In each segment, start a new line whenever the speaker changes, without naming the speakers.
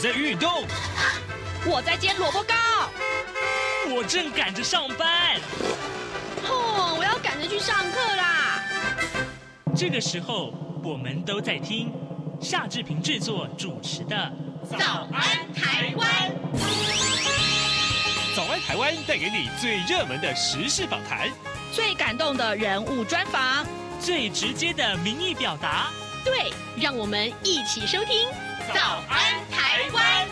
在运动，
我在煎萝卜糕，
我正赶着上班。
我要赶着去上课啦。
这个时候，我们都在听夏志平制作主持的《
早安台湾》。
早安台湾带给你最热门的时事访谈，
最感动的人物专访，
最直接的民意表达。
对，让我们一起收听《早安台湾》。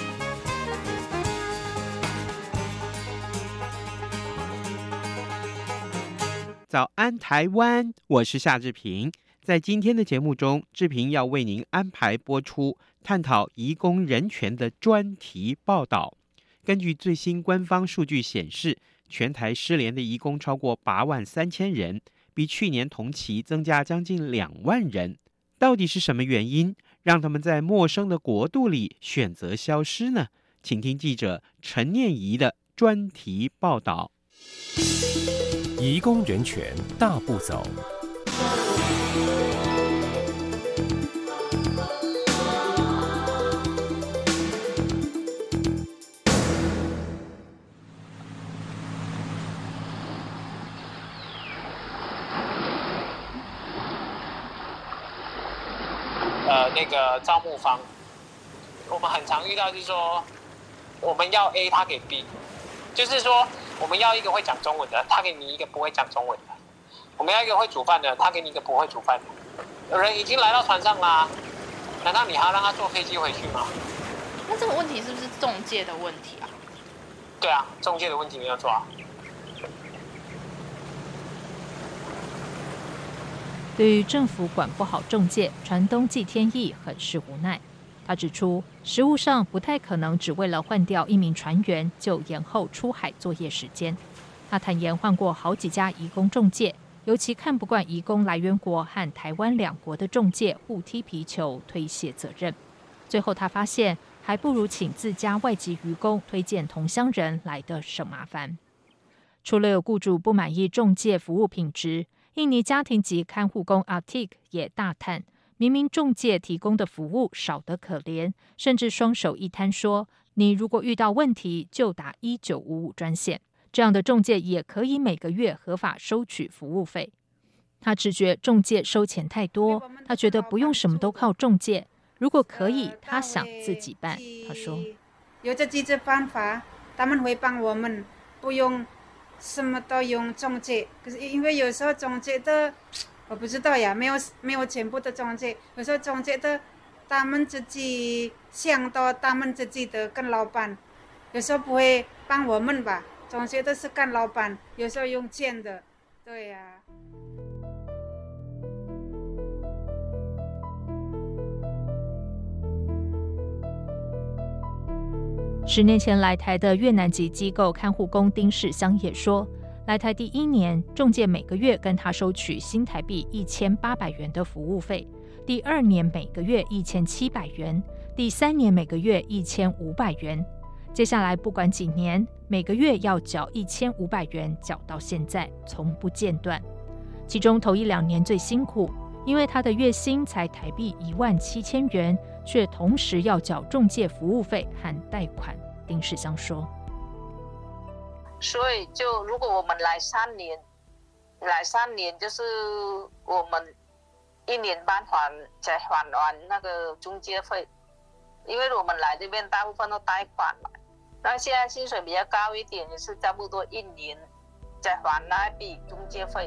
早安台湾，我是夏志平。在今天的节目中，志平要为您安排播出探讨移工人权的专题报道。根据最新官方数据显示，全台失联的移工超过83000人，比去年同期增加将近2万人。到底是什么原因让他们在陌生的国度里选择消失呢？请听记者陈念怡的专题报道。
移工人权大步走。
那个招募方，我们很常遇到，就是说我们要 A， 他给 B， 就是说我们要一个会讲中文的，他给你一个不会讲中文的；我们要一个会煮饭的，他给你一个不会煮饭的。有人已经来到船上啦，难道你还要让他坐飞机回去吗？
那这个问题是不是仲介的问题啊？
对啊，仲介的问题没有错啊。
对于政府管不好仲介，船东季天义很是无奈。他指出，实务上不太可能只为了换掉一名船员就延后出海作业时间。他坦言换过好几家移工仲介，尤其看不惯移工来源国和台湾两国的仲介互踢皮球、推卸责任。最后他发现，还不如请自家外籍渔工推荐同乡人来的省麻烦。除了有雇主不满意仲介服务品质，印尼家庭级看护工 Atik 也大叹，明明仲介提供的服务少得可怜，甚至双手一摊说，你如果遇到问题就打1955专线，这样的仲介也可以每个月合法收取服务费。他直觉仲介收钱太多，他觉得不用什么都靠仲介，如果可以，他想自己办。他说，
有这几种办法，他们会帮我们，不用什么都用中介，可是因为有时候中介的我不知道呀，没有全部的中介，有时候中介的他们自己想到他们自己的跟老板，有时候不会帮我们吧，中介的是跟老板，有时候用钱的，对呀。
10年前来台的越南籍机构看护工丁世香也说，来台第1年，仲介每个月跟他收取新台币1800元的服务费，第2年每个月1700元，第3年每个月1500元，接下来不管几年，每个月要缴1500元，缴到现在，从不间断。其中头1、2年最辛苦，因为他的月薪才台币17000元，却同时要缴仲介服务费和贷款。丁世香说，
所以就如果我们来3年就是我们1年半才还完那个中介费，因为我们来这边大部分都贷款来，那现在薪水比较高一点，也是差不多1年才还那一笔中介费。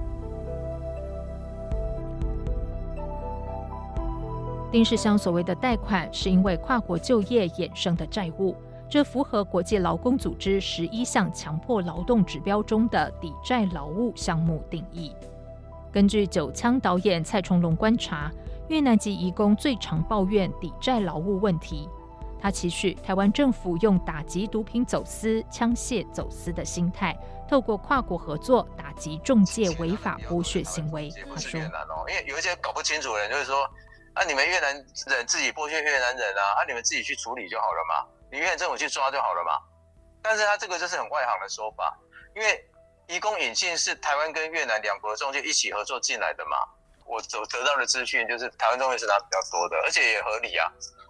丁世香所谓的贷款，是因为跨国就业衍生的债务，这符合国际劳工组织11项强迫劳动指标中的抵债劳务项目定义。根据九腔导演蔡崇隆观察，越南籍移工最常抱怨抵债劳务问题。他期许台湾政府用打击毒品走私、枪械走私的心态，透过跨国合作打击仲介违法剥削行为。他说，
因为有一些搞不清楚的人就会说，你们越南人自己剥削越南人啊，你们自己去处理就好了嘛，你越南政府去抓就好了嘛。但是他这个就是很外行的说法，因为移工引进是台湾跟越南两国中介一起合作进来的嘛。我所得到的资讯就是台湾中介是拿比较多的，而且也合理啊。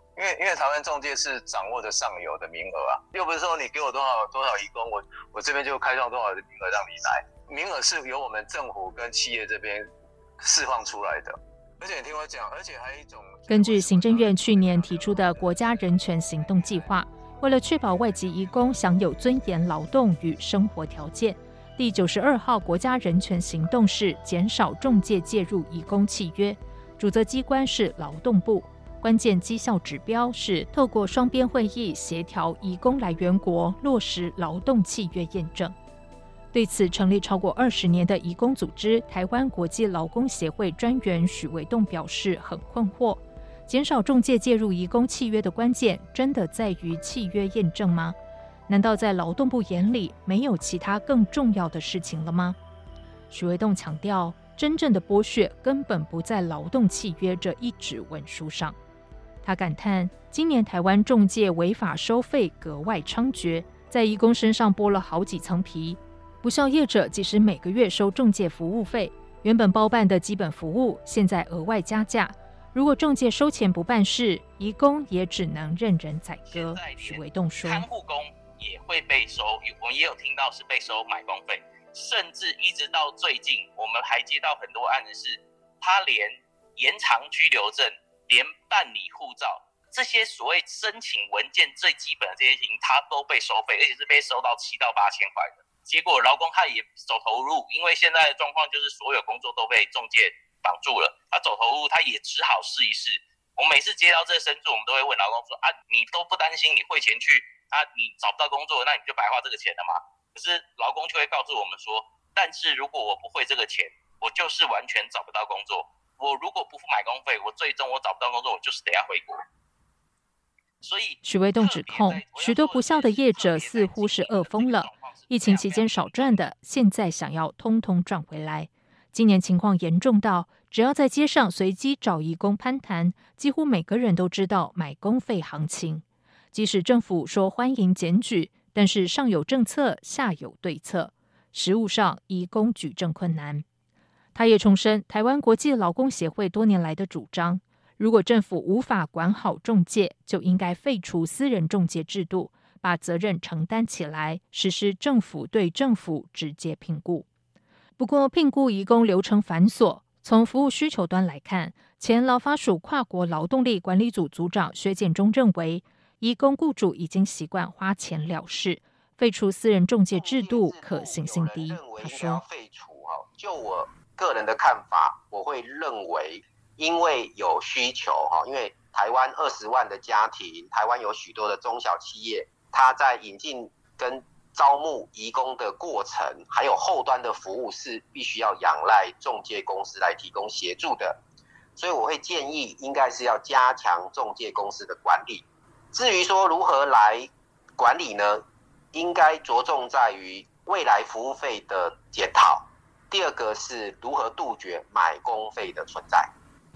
因为台湾仲介是掌握着上游的名额啊，又不是说你给我多少移工，我这边就开放多少的名额让你来，名额是由我们政府跟企业这边释放出来的。而且你听我讲，而且还有一种，
根据行政院去年提出的国家人权行动计划，为了确保外籍移工享有尊严劳动与生活条件，第92号国家人权行动是减少仲介介入移工契约，主责机关是劳动部，关键绩效指标是透过双边会议协调移工来源国落实劳动契约验证。对此，成立超过20年的移工组织台湾国际劳工协会专员许维栋表示很困惑，减少仲介介入移工契约的关键真的在于契约验证吗？难道在劳动部眼里没有其他更重要的事情了吗？许维栋强调，真正的剥削根本不在劳动契约这一纸文书上。他感叹，今年台湾仲介违法收费格外猖獗，在移工身上剥了好几层皮。不肖业者即使每个月收仲介服务费，原本包办的基本服务现在额外加价。如果仲介收钱不办事，移工也只能任人宰割。许维栋说，
看护工也会被收，我们也有听到是被收买工费，甚至一直到最近，我们还接到很多案子是，他连延长居留证、连办理护照这些所谓申请文件最基本的这些事情，他都被收费，而且是被收到7到8千块的。结果劳工他也走投无路，因为现在的状况就是所有工作都被仲介绑住了，他走投无路，他也只好试一试。我们每次接到这个申诉，我们都会问劳工说你都不担心你汇钱去你找不到工作，那你就白花这个钱了嘛？可是劳工就会告诉我们说，但是如果我不汇这个钱，我就是完全找不到工作。我如果不付买工费，我最终我找不到工作，我就是得要回国。所以
许维栋指控，许多不肖的业者似乎是饿疯了，疫情期间少赚的，现在想要通通赚回来。今年情况严重到，只要在街上随机找移工攀谈，几乎每个人都知道买工费行情。即使政府说欢迎检举，但是上有政策，下有对策，实务上移工举证困难。他也重申台湾国际劳工协会多年来的主张，如果政府无法管好仲介，就应该废除私人仲介制度，把责任承担起来，实施政府对政府直接评估。不过，评估移工流程繁琐，从服务需求端来看，前劳发署跨国劳动力管理组组长薛建中认为，移工雇主已经习惯花钱了事，废除私人仲介制度可行性低。他说：“
废除就我个人的看法，我会认为，因为有需求因为台湾20万的家庭，台湾有许多的中小企业，他在引进跟招募移工的过程，还有后端的服务是必须要仰赖仲介公司来提供协助的，所以我会建议应该是要加强仲介公司的管理。至于说如何来管理呢，应该着重在于未来服务费的检讨，第二个是如何杜绝买工费的存在。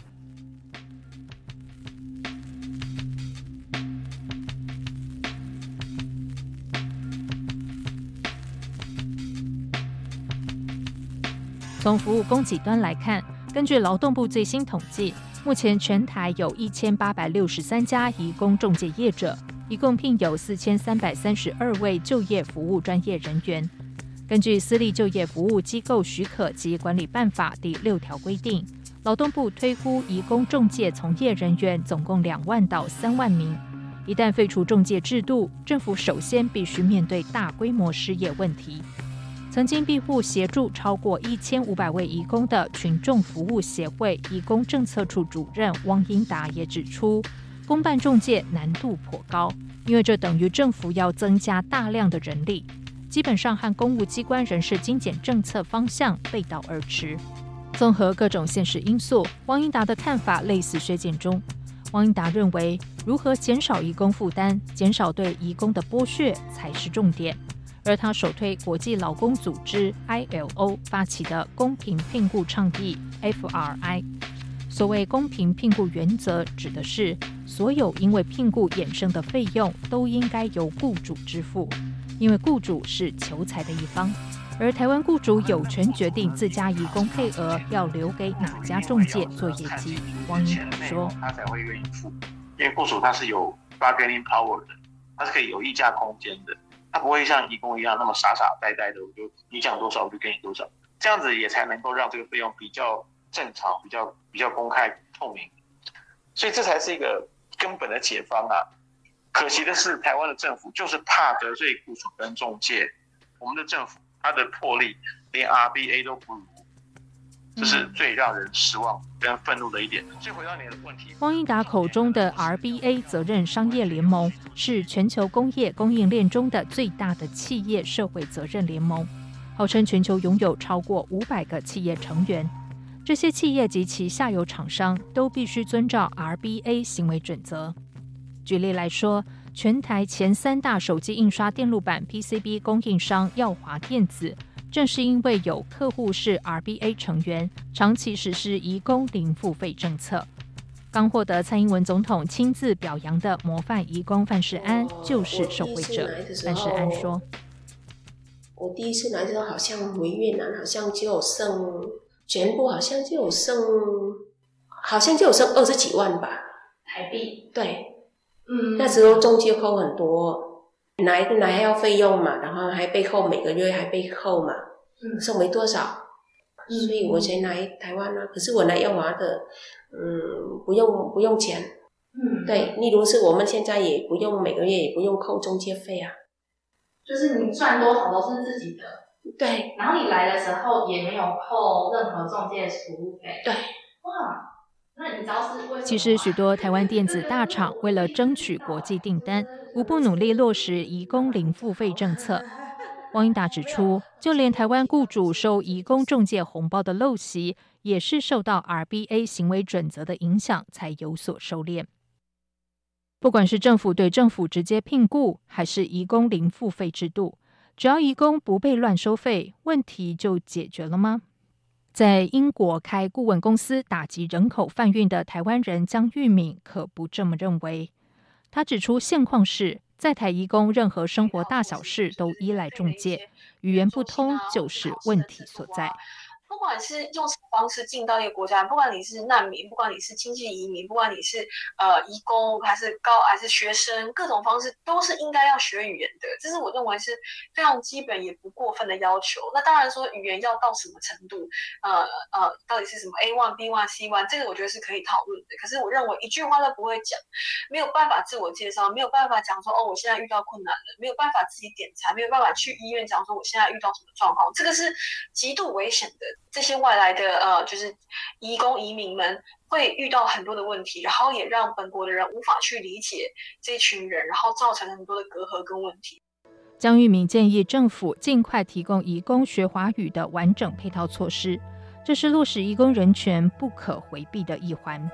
从服务供给端来看，根据劳动部最新统计，目前全台有1863家移工仲介业者，一共聘有4332位就业服务专业人员。根据《私立就业服务机构许可及管理办法》第6条规定，劳动部推估移工仲介从业人员总共2万到3万名。一旦废除仲介制度，政府首先必须面对大规模失业问题。曾经庇护协助超过1500位移工的群众服务协会移工政策处主任汪英达也指出，公办仲介难度颇高，因为这等于政府要增加大量的人力，基本上和公务机关人事精简政策方向背道而驰。综合各种现实因素，汪英达的看法类似薛建中。汪英达认为，如何减少移工负担，减少对移工的剥削才是重点。而他首推国际劳工组织 ILO 发起的公平聘雇倡议 FRI。所谓公平聘雇原则，指的是所有因为聘雇衍生的费用都应该由雇主支付，因为雇主是求财的一方，而台湾雇主有权决定自家移工配额要留给哪家仲介做业绩。汪英达说：“
他才会愿意付。 因为雇主他是有 bargaining power 的，他是可以有议价空间的，他不会像移工一样那么傻傻呆呆的，我就你讲多少我就给你多少，这样子也才能够让这个费用比较正常、比较公开透明，所以这才是一个根本的解方啊。可惜的是，台湾的政府就是怕得罪雇主跟仲介，我们的政府它的魄力连 RBA 都不如，这是最让人失望跟愤怒的一点。所以回到你的问题，
汪英达口中的 RBA 责任商业联盟是全球工业供应链中的最大的企业社会责任联盟，号称全球拥有超过500个企业成员。这些企业及其下游厂商都必须遵照 RBA 行为准则。举例来说，全台前3大手机印刷电路板 PCB 供应商耀华电子，正是因为有客户是 RBA 成员，长期实施移工零付费政策。刚获得蔡英文总统亲自表扬的模范移工范世安就是受惠者。范世安说：“
我第一次来的时候，好像回越南，好像就有剩全部，好像就有剩20几万吧，
台币。
对。那时候中介扣很多，来还要费用嘛，然后还被扣，每个月还被扣嘛，剩没多少，所以我才来台湾啊。可是我来耀华的，不用钱，对，例如是我们现在也不用每个月也不用扣中介费啊，
就是你赚多少都是自己的，
对。
然后你来的时候也没有扣任何中介服务费，
对，
哇。那你知道是为什么？
其实许多台湾电子大厂为了争取国际订单，无不努力落实移工零付费政策。汪英达指出，就连台湾雇主收移工仲介红包的陋习，也是受到 RBA 行为准则的影响才有所收敛。不管是政府对政府直接聘雇，还是移工零付费制度，只要移工不被乱收费，问题就解决了吗？在英国开顾问公司打击人口贩运的台湾人江玉敏可不这么认为。他指出，现况是在台移工任何生活大小事都依赖仲介，语言不通就是问题所在。
不管是用什么方式进到一个国家，不管你是难民，不管你是经济移民，不管你是移工还是学生，各种方式都是应该要学语言的，这是我认为是非常基本也不过分的要求。那当然说语言要到什么程度，到底是什么 A1、B1、C1， 这个我觉得是可以讨论的。可是我认为一句话都不会讲，没有办法自我介绍，没有办法讲说我现在遇到困难了，没有办法自己点餐，没有办法去医院讲说我现在遇到什么状况，这个是极度危险的。这些外来的就是移工移民们会遇到很多的问题，然后也让本国的人无法去理解这群人，然后造成很多的隔阂跟问题。
江玉敏建议政府尽快提供移工学华语的完整配套措施，这是落实移工人权不可回避的一环。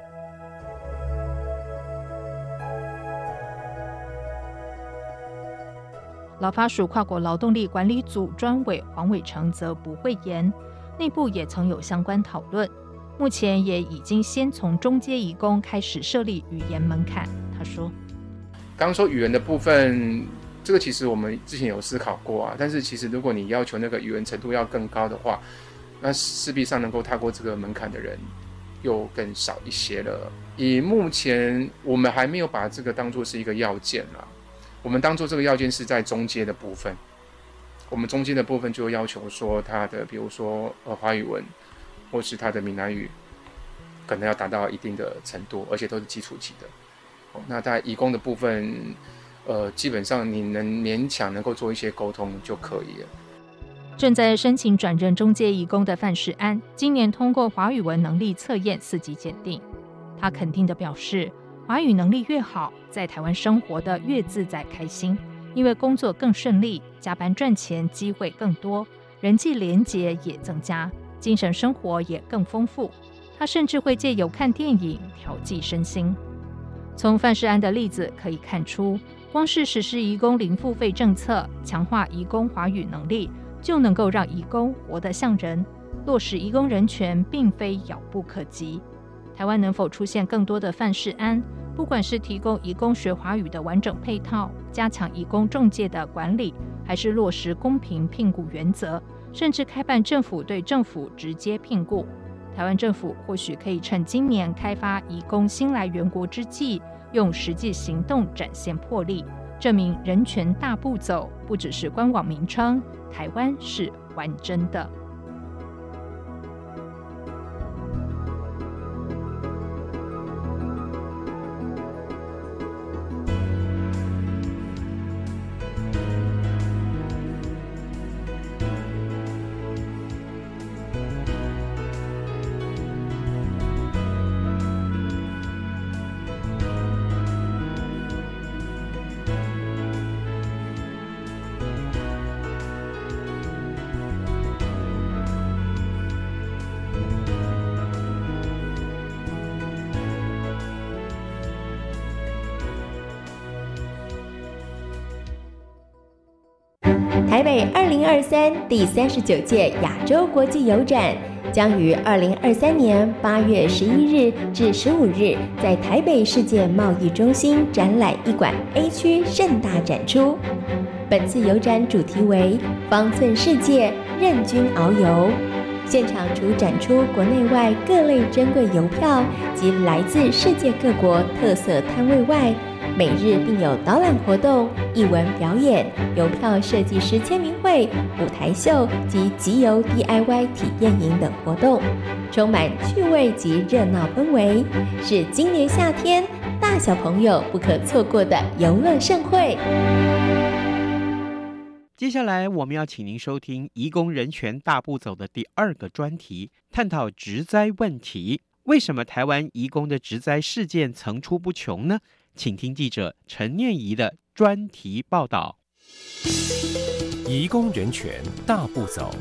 劳发署跨国劳动力管理组专委黄伟成则不讳言，内部也曾有相关讨论，目前也已经先从中阶移工开始设立语言门槛。他说：“
刚刚说语言的部分，这个其实我们之前有思考过啊，但是其实如果你要求那个语言程度要更高的话，那势必上能够踏过这个门槛的人又更少一些了。以目前我们还没有把这个当作是一个要件啦，我们当作这个要件是在中阶的部分。”我们中间的部分就要求说，他的比如说华语文，或是他的闽南语，可能要达到一定的程度，而且都是基础级的。那在移工的部分，基本上你能勉强能够做一些沟通就可以了。
正在申请转任中介移工的范世安，今年通过华语文能力测验4级检定。他肯定地表示，华语能力越好，在台湾生活的越自在开心。因为工作更顺利，加班赚钱机会更多，人际连结也增加，精神生活也更丰富。他甚至会借由看电影调剂身心。从范世安的例子可以看出，光是实施移工零付费政策，强化移工华语能力，就能够让移工活得像人。落实移工人权并非遥不可及。台湾能否出现更多的范世安？不管是提供移工学华语的完整配套，加强移工仲介的管理，还是落实公平聘雇原则，甚至开办政府对政府直接聘雇， 台湾政府或许可以趁今年开发移工新来援国之际，用实际行动展现魄力，证明人权大步走不只是官网名称，台湾是玩真的。
台北2023第39届亚洲国际邮展将于2023年8月11日至15日在台北世界贸易中心展览一馆 A 区盛大展出。本次邮展主题为“方寸世界，任君遨游”。现场除展出国内外各类珍贵邮票及来自世界各国特色摊位外，每日并有导览活动、艺文表演、邮票设计师签名会、舞台秀及集邮 DIY 体验营等活动，充满趣味及热闹氛围，是今年夏天大小朋友不可错过的游乐盛会。
接下来我们要请您收听移工人权大步走的第2个专题，探讨职灾问题。为什么台湾移工的职灾事件层出不穷呢？请听记者陈念怡的专题报道。
移工人权大步走。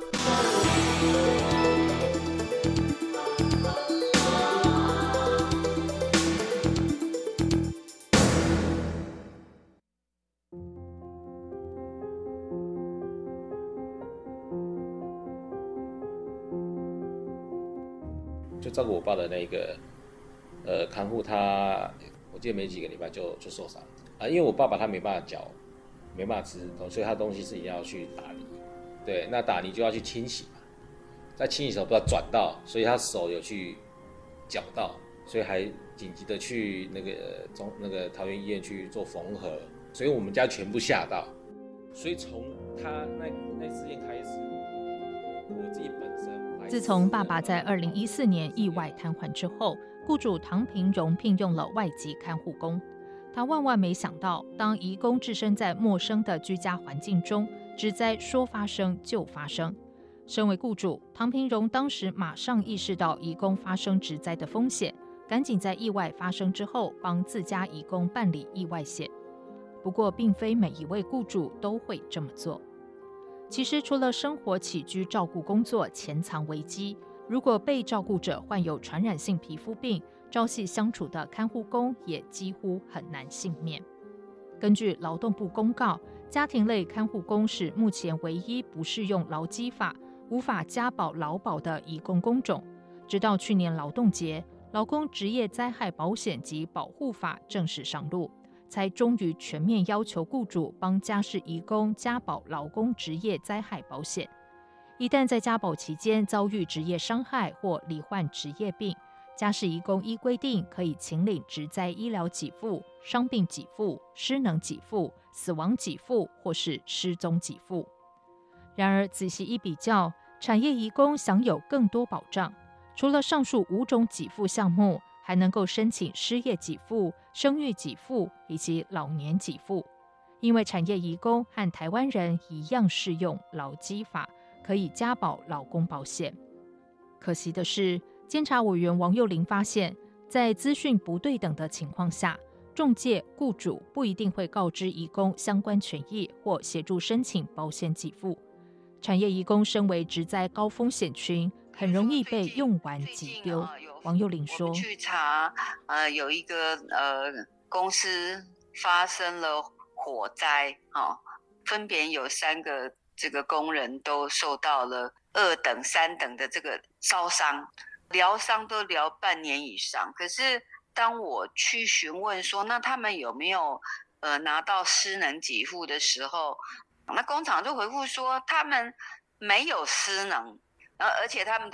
就照顾我爸的那个看护他，我记得没几个礼拜就受伤啊，因为我爸爸他没办法嚼，没办法吃，所以他东西是一定要去打泥。对，那打泥就要去清洗嘛，在清洗的时候不知道转到，所以他手有去绞到，所以还紧急的去那个桃园医院去做缝合，所以我们家全部吓到。所以从他那事件开始，我自己本身。
自从爸爸在2014年意外瘫痪之后，雇主唐平荣聘用了外籍看护工。他万万没想到，当移工置身在陌生的居家环境中，职灾说发生就发生。身为雇主，唐平荣当时马上意识到移工发生职灾的风险，赶紧在意外发生之后帮自家移工办理意外险。不过，并非每一位雇主都会这么做。其实，除了生活起居照顾工作潜藏危机，如果被照顾者患有传染性皮肤病，朝夕相处的看护工也几乎很难幸免。根据劳动部公告，家庭类看护工是目前唯一不适用劳基法、无法加保劳保的移工工种。直到去年劳动节，劳工职业灾害保险及保护法正式上路，才终于全面要求雇主帮家事移工加保劳工职业灾害保险。一旦在加保期间遭遇职业伤害或罹患职业病，家事移工依规定可以请领职灾医疗给付、伤病给付、失能给付、死亡给付或是失踪给付。然而仔细一比较，产业移工享有更多保障，除了上述5种给付项目，还能够申请失业给付、生育给付以及老年给付。因为产业移工和台湾人一样适用劳基法，可以加保劳工保险。可惜的是，监察委员王幼玲发现，在资讯不对等的情况下，仲介、雇主不一定会告知移工相关权益或协助申请保险给付。产业移工身为职灾高风险群，很容易被用完即丢。王幼玲说：“
去查，有一个公司发生了火灾，分别有3个这个工人都受到了2等、3等的这个烧伤，疗伤都疗半年以上。可是当我去询问说，那他们有没有拿到失能给付的时候，那工厂就回复说他们没有失能。”而且他们都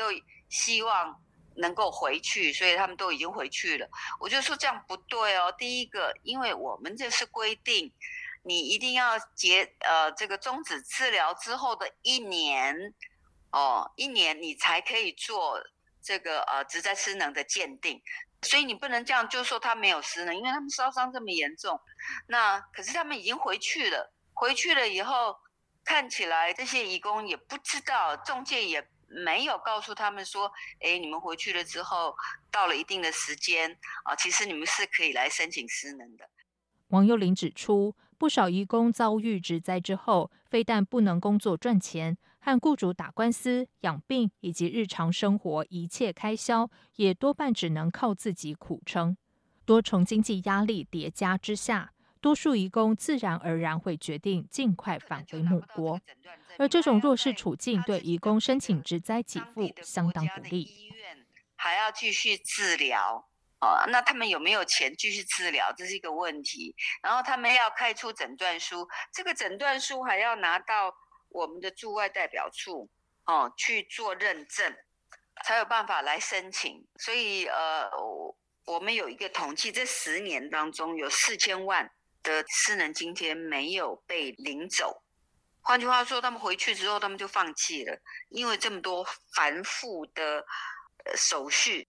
希望能够回去，所以他们都已经回去了。我就说这样不对哦。第一个，因为我们这是规定，你一定要这个终止治疗之后的1年，1年你才可以做这个职灾失能的鉴定。所以你不能这样就说他没有失能，因为他们烧伤这么严重。那可是他们已经回去了，回去了以后，看起来这些移工也不知道，仲介也没有告诉他们说，你们回去了之后，到了一定的时间其实你们是可以来申请失能的。
王幼玲指出，不少移工遭遇职灾之后，非但不能工作赚钱，和雇主打官司、养病以及日常生活一切开销，也多半只能靠自己苦撑。多重经济压力叠加之下，多数移工自然而然会决定尽快返回母国，而这种弱势处境对移工申请职灾给付相当不利。
还要继续治疗那他们有没有钱继续治疗，这是一个问题。然后他们要开出诊断书，这个诊断书还要拿到我们的驻外代表处去做认证，才有办法来申请。所以我们有一个统计，这10年当中有4000万的失能津贴没有被领走。换句话说，他们回去之后他们就放弃了，因为这么多繁复的手续。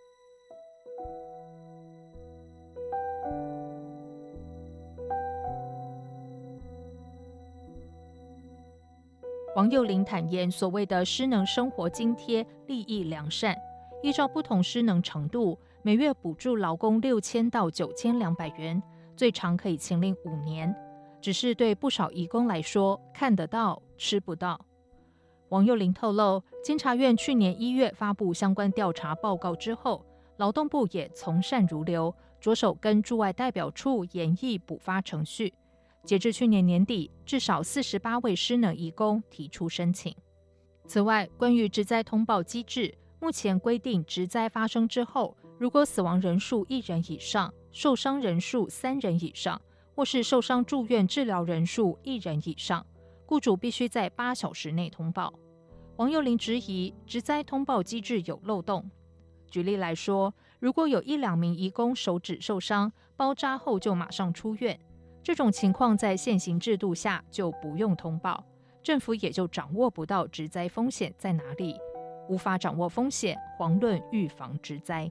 王幼玲坦言，所谓的失能生活津贴利益良善，依照不同失能程度，每月补助劳工6000到9200元，最长可以请领5年。只是对不少移工来说，看得到吃不到。王幼玲透露，监察院去年1月发布相关调查报告之后，劳动部也从善如流，着手跟驻外代表处研议补发程序。截至去年年底，至少48位失能移工提出申请。此外，关于职灾通报机制，目前规定职灾发生之后，如果死亡人数1人以上，受伤人数3人以上，或是受伤住院治疗人数1人以上，雇主必须在8小时内通报。王幼玲质疑职灾通报机制有漏洞。举例来说，如果有1-2名移工手指受伤，包扎后就马上出院，这种情况在现行制度下就不用通报，政府也就掌握不到职灾风险在哪里，无法掌握风险，遑论预防职灾。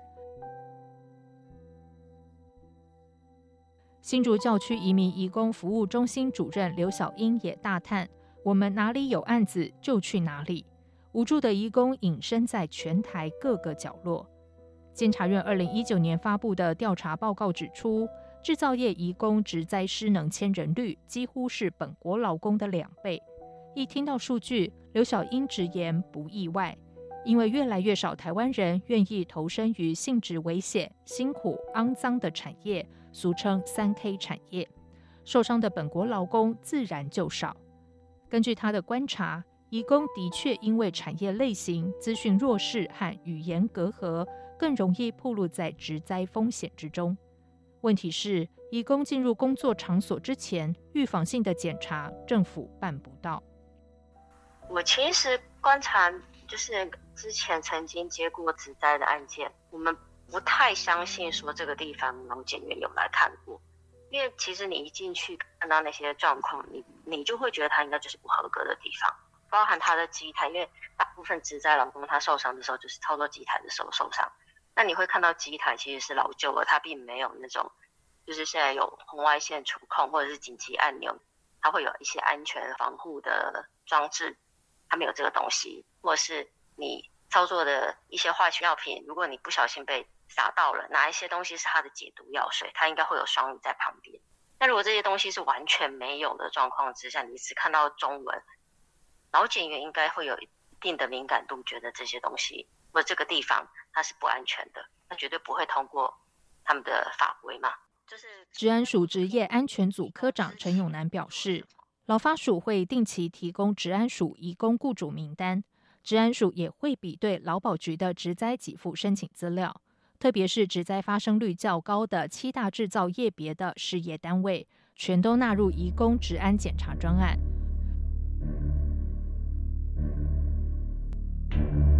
新竹教区移民移工服务中心主任刘小英也大叹，我们哪里有案子就去哪里，无助的移工隐身在全台各个角落。监察院2019年发布的调查报告指出，制造业移工职灾失能签人率几乎是本国劳工的2倍。一听到数据，刘小英直言不意外，因为越来越少台湾人愿意投身于性质危险、辛苦、肮脏的产业，俗称3K 产业，受伤的本国劳工自然就少。根据他的观察，移工的确因为产业类型、资讯弱势和语言隔阂，更容易暴露在职灾风险之中。问题是，移工进入工作场所之前，预防性的检查政府办不到。
我其实观察，就是之前曾经接过职灾的案件，我们不太相信说这个地方劳检员有来看过，因为其实你一进去看到那些状况，你就会觉得他应该就是不合格的地方，包含他的机台，因为大部分职灾劳工他受伤的时候就是操作机台的时候受伤。那你会看到机台其实是老旧了，它并没有那种就是现在有红外线触控或者是紧急按钮，它会有一些安全防护的装置，它没有这个东西，或者是你操作的一些化学药品，如果你不小心被洒到了，哪一些东西是它的解毒药水，它应该会有双语在旁边。那如果这些东西是完全没有的状况之下，你只看到中文，劳检员应该会有一定的敏感度，觉得这些东西或者这个地方它是不安全的，那绝对不会通过他们的法规嘛。
治安署职业安全组科长陈永南表示，劳发署会定期提供治安署移工雇主名单，治安署也会比对劳保局的职灾给付申请资料，特别是职灾发生率较高的7大制造业别的事业单位，全都纳入移工职安检查专案。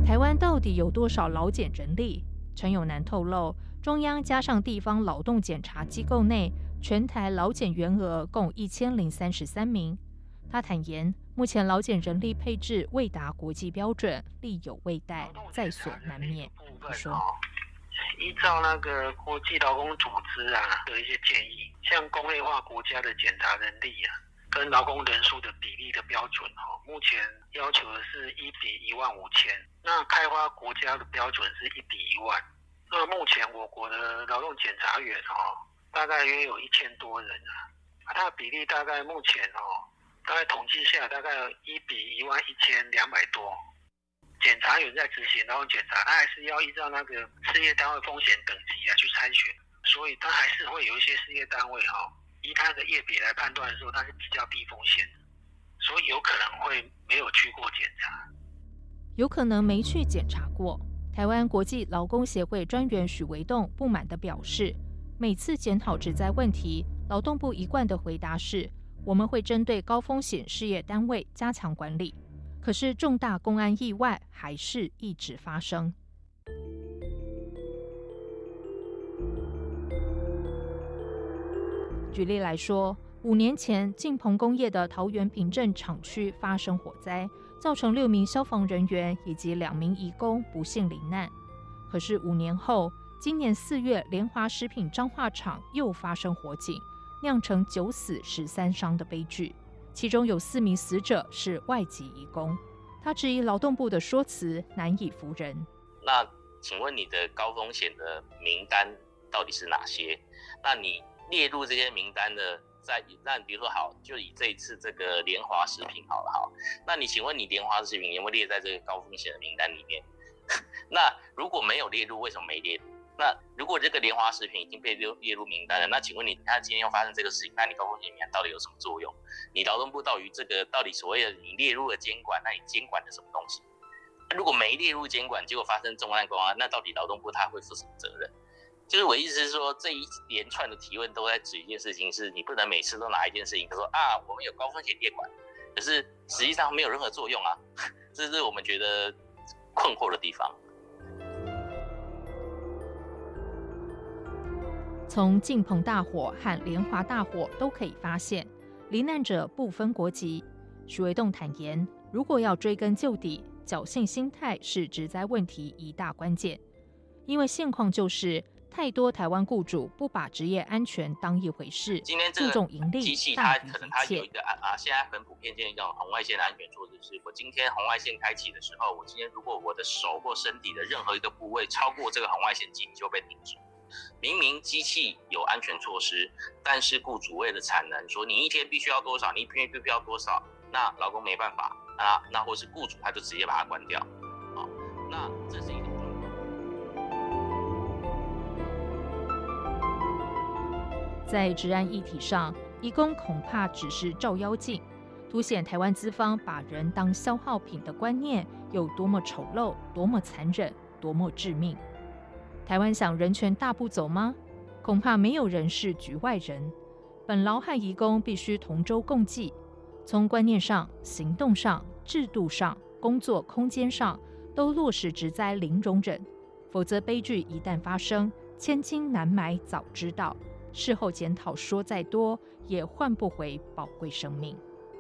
台湾到底有多少劳检人力？陈永南透露，中央加上地方劳动检查机构内，全台劳检员额共1033名。他坦言，目前劳检人力配置未达国际标准，力有未逮，在所难免。他说，
依照那个国际劳工组织的一些建议，像工业化国家的检查人力跟劳工人数的比例的标准目前要求的是1比15000，那开发国家的标准是1比10000。那目前我国的劳动检查员大概约有1000多人它的比例大概目前大概统计下大概1比11200多。检查员在执行劳动检查，他还是要依照那个事业单位风险等级去参选，所以他还是会有一些事业单位依他的业别来判断的时候，它是比较低风险的，所以有可能会没有去过检查，
有可能没去检查过。台湾国际劳工协会专员许维栋不满地表示，每次检讨职灾问题，劳动部一贯的回答是，我们会针对高风险事业单位加强管理。可是重大公安意外还是一直发生。举例来说，5年前晋鹏工业的桃园平镇厂区发生火灾，造成6名消防人员以及2名移工不幸罹难。可是5年后，今年4月，联华食品彰化厂又发生火警，酿成9死13伤的悲剧。其中有4名死者是外籍移工，他质疑劳动部的说辞难以服人。
那请问你的高风险的名单到底是哪些？那你列入这些名单的，那比如说好，就以这一次这个联华食品好了，好，那你请问你联华食品有没有列在这个高风险的名单里面？那如果没有列入，为什么没列入？那如果这个联华食品已经被列入名单了，那请问你看今天又发生这个事情，那你高风险名单到底有什么作用？你劳动部到底所谓的你列入了监管，那你监管的什么东西？如果没列入监管，结果发生重案公安，那到底劳动部他会负什么责任？就是我意思是说，这一连串的提问都在指一件事情，是你不能每次都拿一件事情说我们有高风险列管，可是实际上没有任何作用啊，这是我们觉得困惑的地方。
从晋鹏大火和联华大火都可以发现，罹难者不分国籍。许维栋坦言，如果要追根究底，侥幸心态是职灾问题一大关键。因为现况就是太多台湾雇主不把职业安全当一回事，
今天这
注重盈利
机器
大于
可能它有一个现在很普遍建议这种红外线的安全措施是，我今天红外线开启的时候，我今天如果我的手或身体的任何一个部位超过这个红外线机，你就被停止。明明机器有安全措施，但是雇主为了产能说你一天必须要多少，你一天必须要多少，那劳工没办法那或是雇主他就直接把它关掉，那这是一种状况。
在职安议题上，移工恐怕只是照妖镜，凸显台湾资方把人当消耗品的观念有多么丑陋、多么残忍、多么致命。台湾想人权大步走吗？恐怕没有人是局外人。本劳和移工必须同舟共济，从观念上、行动上、制度上、工作空间上，都落实职灾零容忍。否则悲剧一旦发生，千金难买早知道，事后检讨说再多，也换不回宝贵生命。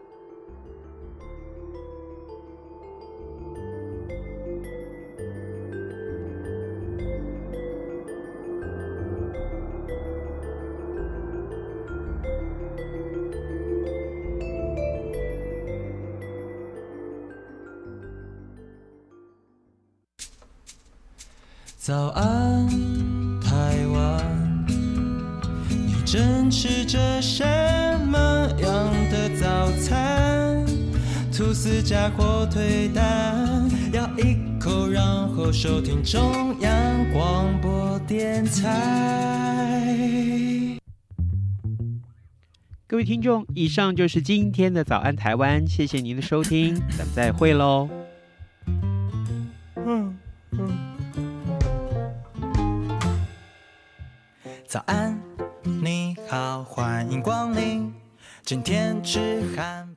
早安，台湾，你正吃着什么样的早餐？吐司加火腿蛋，咬一口，然后收听中央广播电台。
各位听众，以上就是今天的早安台湾，谢谢您的收听，咱们再会喽。
早安，你好，欢迎光临。今天吃汉